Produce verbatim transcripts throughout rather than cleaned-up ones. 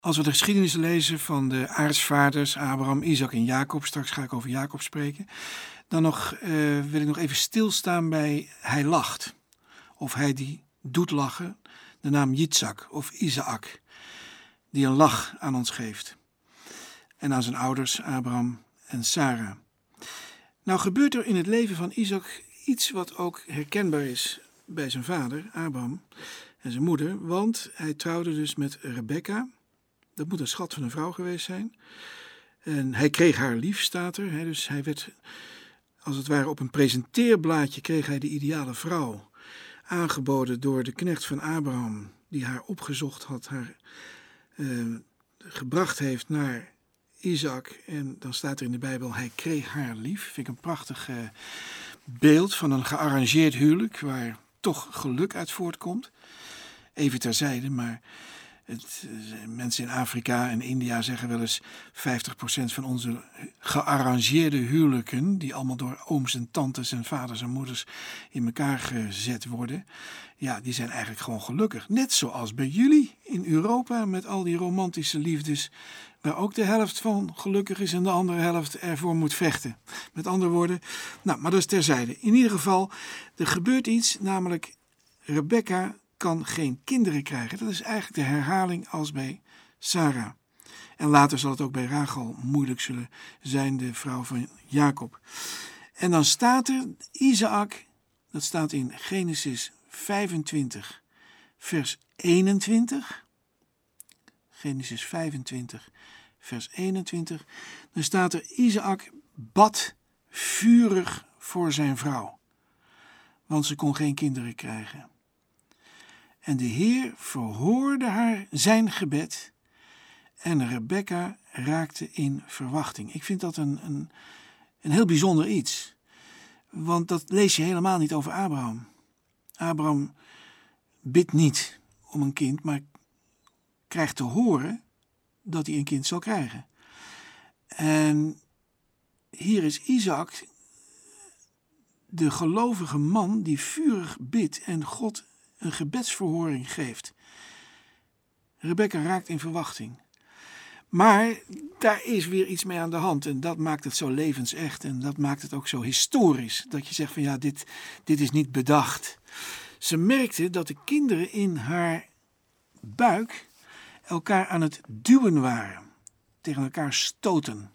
Als we de geschiedenis lezen van de aartsvaders Abraham, Isaac en Jacob, straks ga ik over Jacob spreken, dan nog, uh, wil ik nog even stilstaan bij hij lacht. Of hij die doet lachen, de naam Yitzhak of Isaac, die een lach aan ons geeft. En aan zijn ouders Abraham en Sarah. Nou gebeurt er in het leven van Isaac iets wat ook herkenbaar is bij zijn vader Abraham en zijn moeder, want hij trouwde dus met Rebekka. Dat moet een schat van een vrouw geweest zijn. En hij kreeg haar lief, staat er. Hè, dus hij werd, als het ware op een presenteerblaadje, kreeg hij de ideale vrouw. Aangeboden door de knecht van Abraham, die haar opgezocht had, haar uh, gebracht heeft naar Isaac. En dan staat er in de Bijbel, hij kreeg haar lief. Vind ik een prachtig uh, beeld van een gearrangeerd huwelijk, waar toch geluk uit voortkomt. Even terzijde, maar Het, mensen in Afrika en India zeggen wel eens vijftig procent van onze gearrangeerde huwelijken, die allemaal door ooms en tantes en vaders en moeders in elkaar gezet worden, ja, die zijn eigenlijk gewoon gelukkig. Net zoals bij jullie in Europa met al die romantische liefdes, waar ook de helft van gelukkig is en de andere helft ervoor moet vechten. Met andere woorden, nou, maar dat is terzijde. In ieder geval, er gebeurt iets, namelijk Rebekka kan geen kinderen krijgen. Dat is eigenlijk de herhaling als bij Sarah. En later zal het ook bij Rachel moeilijk zullen zijn, de vrouw van Jacob. En dan staat er Isaac, dat staat in Genesis vijfentwintig, vers eenentwintig. Genesis vijfentwintig, vers eenentwintig. Dan staat er Isaac bad vurig voor zijn vrouw, want ze kon geen kinderen krijgen. En de Heer verhoorde haar zijn gebed en Rebekka raakte in verwachting. Ik vind dat een, een, een heel bijzonder iets, want dat lees je helemaal niet over Abraham. Abraham bidt niet om een kind, maar krijgt te horen dat hij een kind zal krijgen. En hier is Isaac, de gelovige man die vurig bidt en God een gebedsverhoring geeft. Rebekka raakt in verwachting. Maar daar is weer iets mee aan de hand en dat maakt het zo levensecht en dat maakt het ook zo historisch. Dat je zegt van ja, dit, dit is niet bedacht. Ze merkte dat de kinderen in haar buik elkaar aan het duwen waren. Tegen elkaar stoten.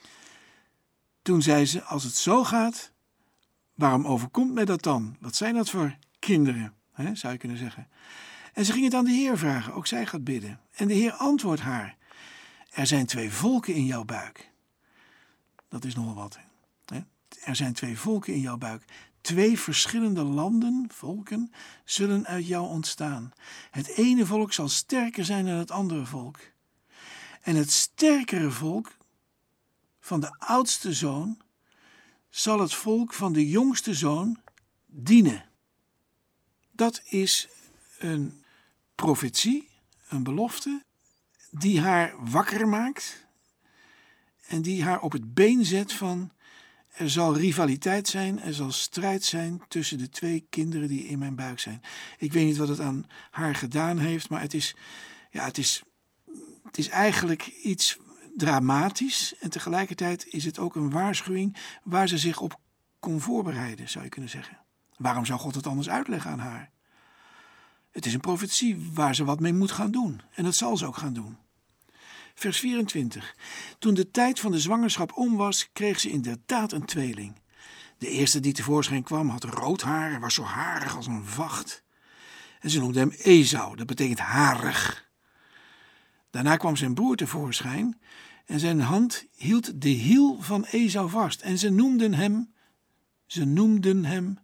Toen zei ze, als het zo gaat, waarom overkomt mij dat dan? Wat zijn dat voor kinderen? He, zou je kunnen zeggen. En ze ging het aan de Heer vragen, ook zij gaat bidden. En de Heer antwoordt haar, er zijn twee volken in jouw buik. Dat is nogal wat. He? Er zijn twee volken in jouw buik. Twee verschillende landen, volken, zullen uit jou ontstaan. Het ene volk zal sterker zijn dan het andere volk. En het sterkere volk van de oudste zoon zal het volk van de jongste zoon dienen. Dat is een profetie, een belofte, die haar wakker maakt en die haar op het been zet van er zal rivaliteit zijn, er zal strijd zijn tussen de twee kinderen die in mijn buik zijn. Ik weet niet wat het aan haar gedaan heeft, maar het is, ja, het is, het is eigenlijk iets dramatisch en tegelijkertijd is het ook een waarschuwing waar ze zich op kon voorbereiden, zou je kunnen zeggen. Waarom zou God het anders uitleggen aan haar? Het is een profetie waar ze wat mee moet gaan doen. En dat zal ze ook gaan doen. Vers vierentwintig. Toen de tijd van de zwangerschap om was, kreeg ze inderdaad een tweeling. De eerste die tevoorschijn kwam had rood haar en was zo harig als een vacht. En ze noemde hem Esau, dat betekent harig. Daarna kwam zijn broer tevoorschijn en zijn hand hield de hiel van Esau vast. En ze noemden hem, ze noemden hem,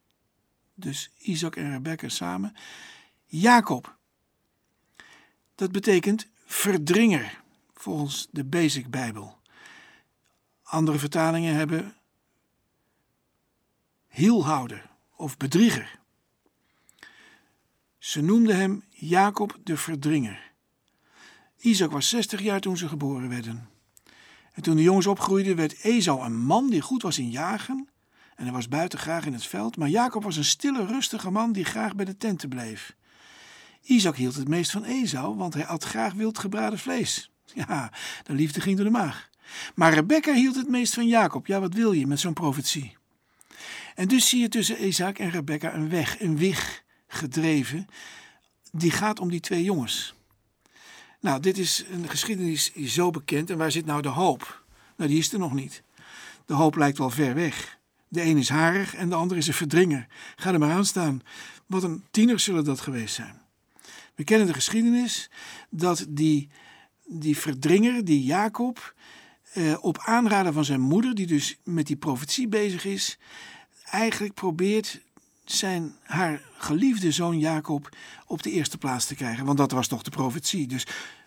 dus Isaac en Rebekka samen, Jacob. Dat betekent verdringer, volgens de Basic Bijbel. Andere vertalingen hebben hielhouder of bedrieger. Ze noemden hem Jacob de verdringer. Isaac was zestig jaar toen ze geboren werden. En toen de jongens opgroeiden werd Esau een man die goed was in jagen en hij was buiten graag in het veld, maar Jacob was een stille, rustige man die graag bij de tenten bleef. Isaac hield het meest van Esau, want hij at graag wild gebraden vlees. Ja, de liefde ging door de maag. Maar Rebekka hield het meest van Jacob. Ja, wat wil je met zo'n profetie? En dus zie je tussen Isaac en Rebekka een weg, een wig gedreven. Die gaat om die twee jongens. Nou, dit is een geschiedenis die zo bekend. En waar zit nou de hoop? Nou, die is er nog niet. De hoop lijkt wel ver weg. De een is harig en de ander is een verdringer. Ga er maar aan staan. Wat een tieners zullen dat geweest zijn. We kennen de geschiedenis dat die, die verdringer, die Jacob, eh, op aanraden van zijn moeder, die dus met die profetie bezig is, eigenlijk probeert zijn, haar geliefde zoon Jacob op de eerste plaats te krijgen. Want dat was toch de profetie. Dus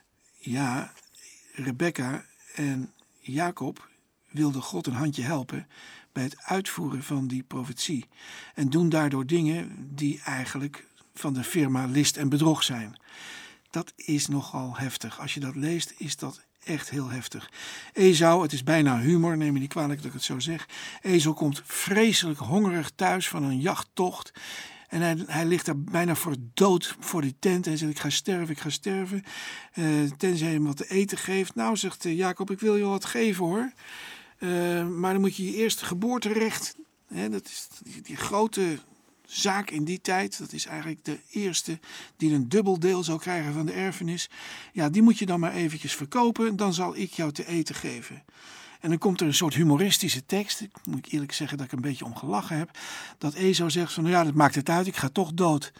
ja, Rebekka en Jacob wilden God een handje helpen bij het uitvoeren van die profetie. En doen daardoor dingen die eigenlijk van de firma list en bedrog zijn. Dat is nogal heftig. Als je dat leest, is dat echt heel heftig. Esau, het is bijna humor, neem me niet kwalijk dat ik het zo zeg. Esau komt vreselijk hongerig thuis van een jachttocht. En hij, hij ligt daar bijna voor dood voor die tent. En hij zegt, ik ga sterven, ik ga sterven. Uh, tenzij hij hem wat te eten geeft. Nou, zegt uh, Jacob, ik wil je wat geven hoor. Uh, maar dan moet je je eerste geboorterecht. Hè, dat is die, die grote zaak in die tijd. Dat is eigenlijk de eerste die een dubbel deel zou krijgen van de erfenis. Ja, die moet je dan maar eventjes verkopen. Dan zal ik jou te eten geven. En dan komt er een soort humoristische tekst. Ik moet eerlijk zeggen dat ik een beetje om gelachen heb. Dat Esau zegt van, nou ja, dat maakt het uit. Ik ga toch dood.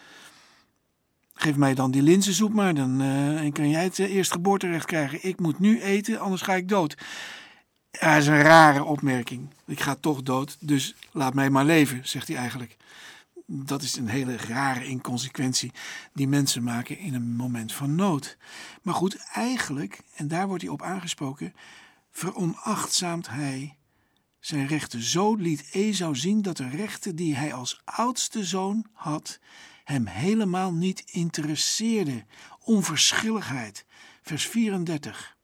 Geef mij dan die linzensoep maar. Dan uh, kan jij het uh, eerst geboorterecht krijgen. Ik moet nu eten, anders ga ik dood. Ja, dat is een rare opmerking. Ik ga toch dood, dus laat mij maar leven, zegt hij eigenlijk. Dat is een hele rare inconsequentie die mensen maken in een moment van nood. Maar goed, eigenlijk, en daar wordt hij op aangesproken, veronachtzaamt hij zijn rechten. Zo liet Esau zien dat de rechten die hij als oudste zoon had, hem helemaal niet interesseerde. Onverschilligheid. Vers vierendertig.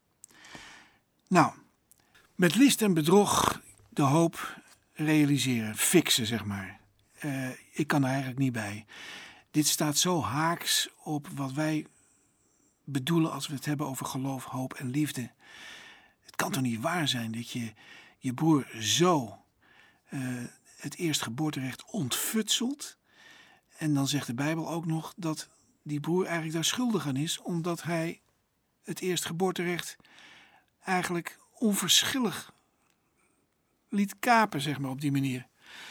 Nou, met list en bedrog de hoop realiseren, fixen zeg maar. Uh, ik kan er eigenlijk niet bij. Dit staat zo haaks op wat wij bedoelen als we het hebben over geloof, hoop en liefde. Het kan toch niet waar zijn dat je je broer zo uh, het eerstgeboorterecht ontfutselt. En dan zegt de Bijbel ook nog dat die broer eigenlijk daar schuldig aan is, omdat hij het eerstgeboorterecht eigenlijk onverschillig liet kapen, zeg maar, op die manier.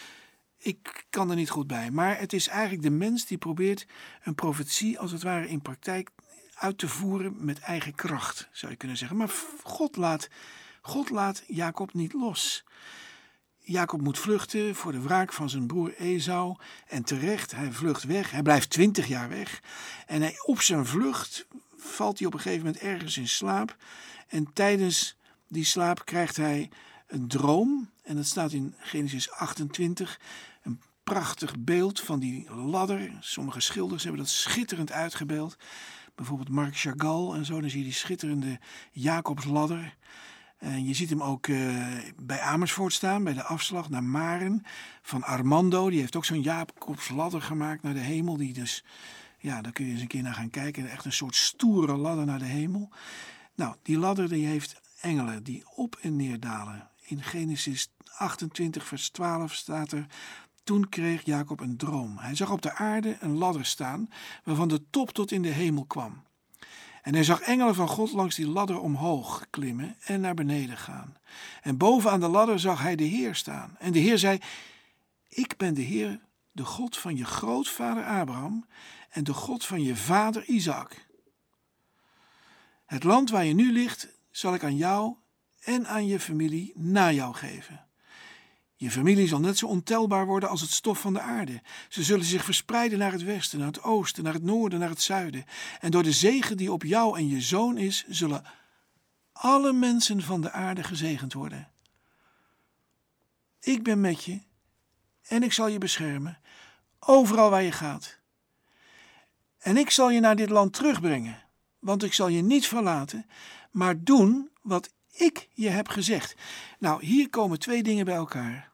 Ik kan er niet goed bij, maar het is eigenlijk de mens die probeert een profetie als het ware in praktijk uit te voeren met eigen kracht, zou je kunnen zeggen. Maar God laat, God laat Jacob niet los. Jacob moet vluchten voor de wraak van zijn broer Esau. En terecht, hij vlucht weg. Hij blijft twintig jaar weg. En hij, op zijn vlucht valt hij op een gegeven moment ergens in slaap. En tijdens die slaap krijgt hij een droom. En dat staat in Genesis achtentwintig. Een prachtig beeld van die ladder. Sommige schilders hebben dat schitterend uitgebeeld. Bijvoorbeeld Marc Chagall en zo. Dan zie je die schitterende Jacobsladder. En je ziet hem ook uh, bij Amersfoort staan, bij de afslag naar Maren van Armando. Die heeft ook zo'n Jacobsladder gemaakt naar de hemel. Die dus, ja, daar kun je eens een keer naar gaan kijken. Echt een soort stoere ladder naar de hemel. Nou, die ladder die heeft engelen die op en neer dalen. In Genesis achtentwintig vers twaalf staat er: toen kreeg Jacob een droom. Hij zag op de aarde een ladder staan, waarvan de top tot in de hemel kwam. En hij zag engelen van God langs die ladder omhoog klimmen en naar beneden gaan. En bovenaan de ladder zag hij de Heer staan. En de Heer zei: ik ben de Heer, de God van je grootvader Abraham en de God van je vader Isaac. Het land waar je nu ligt, zal ik aan jou en aan je familie na jou geven. Je familie zal net zo ontelbaar worden als het stof van de aarde. Ze zullen zich verspreiden naar het westen, naar het oosten, naar het noorden, naar het zuiden. En door de zegen die op jou en je zoon is, zullen alle mensen van de aarde gezegend worden. Ik ben met je en ik zal je beschermen, overal waar je gaat. En ik zal je naar dit land terugbrengen, want ik zal je niet verlaten, maar doen wat ik je heb gezegd. Nou, hier komen twee dingen bij elkaar.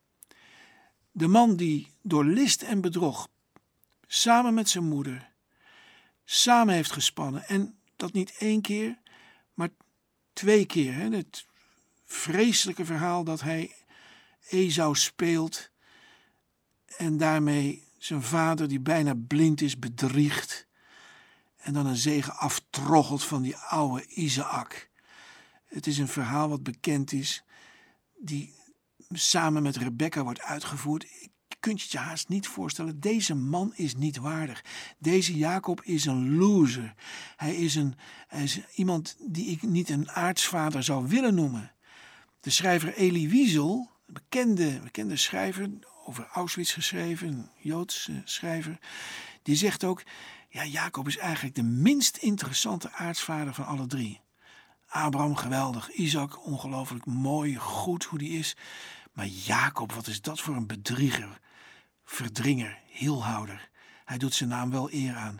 De man die door list en bedrog samen met zijn moeder samen heeft gespannen. En dat niet één keer, maar twee keer. Hè? Het vreselijke verhaal dat hij Esau speelt en daarmee zijn vader, die bijna blind is, bedriegt. En dan een zegen aftroggelt van die oude Isaac. Het is een verhaal wat bekend is, die samen met Rebecca wordt uitgevoerd. Je kunt je het je haast niet voorstellen. Deze man is niet waardig. Deze Jacob is een loser. Hij is, een, hij is iemand die ik niet een aartsvader zou willen noemen. De schrijver Elie Wiesel, een bekende, bekende schrijver, over Auschwitz geschreven, een Joodse schrijver, die zegt ook, ja, Jacob is eigenlijk de minst interessante aartsvader van alle drie. Abraham geweldig, Isaac ongelooflijk mooi, goed hoe die is. Maar Jacob, wat is dat voor een bedrieger, verdringer, hielhouder. Hij doet zijn naam wel eer aan.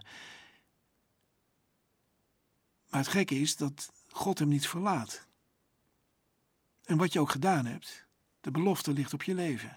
Maar het gekke is dat God hem niet verlaat. En wat je ook gedaan hebt, de belofte ligt op je leven.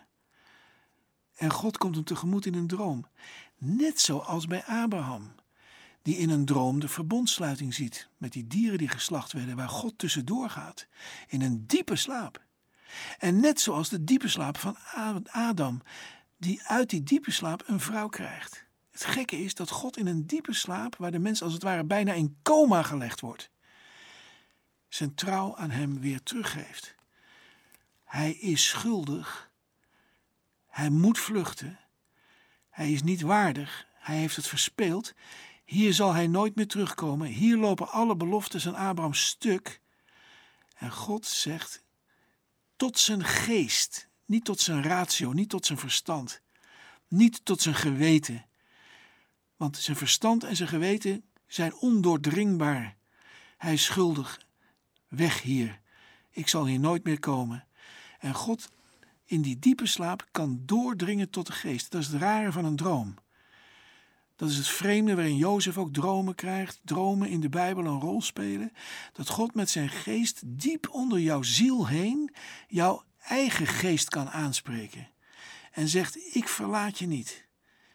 En God komt hem tegemoet in een droom. Net zoals bij Abraham, die in een droom de verbondsluiting ziet met die dieren die geslacht werden, waar God tussendoor gaat, in een diepe slaap. En net zoals de diepe slaap van Adam, die uit die diepe slaap een vrouw krijgt. Het gekke is dat God in een diepe slaap, waar de mens als het ware bijna in coma gelegd wordt, zijn trouw aan hem weer teruggeeft. Hij is schuldig. Hij moet vluchten. Hij is niet waardig. Hij heeft het verspeeld. Hier zal hij nooit meer terugkomen. Hier lopen alle beloftes aan Abraham stuk. En God zegt, tot zijn geest, niet tot zijn ratio, niet tot zijn verstand, niet tot zijn geweten. Want zijn verstand en zijn geweten zijn ondoordringbaar. Hij is schuldig. Weg hier. Ik zal hier nooit meer komen. En God in die diepe slaap kan doordringen tot de geest. Dat is het rare van een droom. Dat is het vreemde waarin Jozef ook dromen krijgt. Dromen in de Bijbel een rol spelen. Dat God met zijn geest diep onder jouw ziel heen jouw eigen geest kan aanspreken. En zegt, ik verlaat je niet.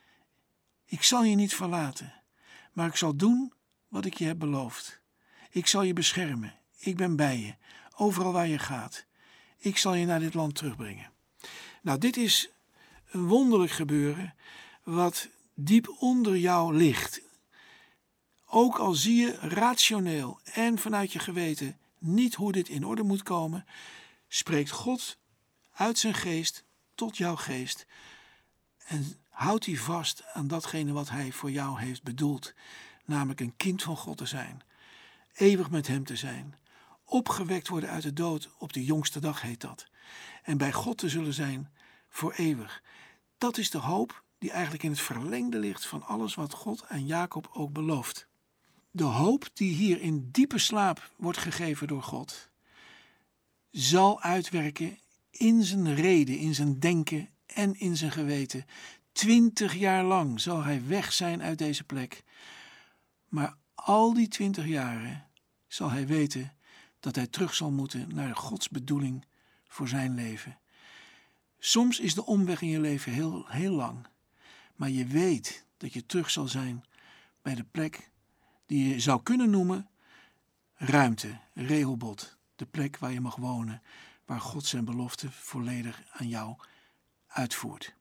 Ik zal je niet verlaten. Maar ik zal doen wat ik je heb beloofd. Ik zal je beschermen. Ik ben bij je. Overal waar je gaat. Ik zal je naar dit land terugbrengen. Nou, dit is een wonderlijk gebeuren wat diep onder jou ligt. Ook al zie je rationeel en vanuit je geweten niet hoe dit in orde moet komen, spreekt God uit zijn geest tot jouw geest en houdt hij vast aan datgene wat hij voor jou heeft bedoeld, namelijk een kind van God te zijn, eeuwig met hem te zijn, opgewekt worden uit de dood, op de jongste dag heet dat, en bij God te zullen zijn voor eeuwig. Dat is de hoop die eigenlijk in het verlengde ligt van alles wat God aan Jacob ook belooft. De hoop die hier in diepe slaap wordt gegeven door God, zal uitwerken in zijn reden, in zijn denken en in zijn geweten. Twintig jaar lang zal hij weg zijn uit deze plek. Maar al die twintig jaren zal hij weten dat hij terug zal moeten naar Gods bedoeling voor zijn leven. Soms is de omweg in je leven heel, heel lang. Maar je weet dat je terug zal zijn bij de plek die je zou kunnen noemen ruimte, Rehoboth. De plek waar je mag wonen, waar God zijn belofte volledig aan jou uitvoert.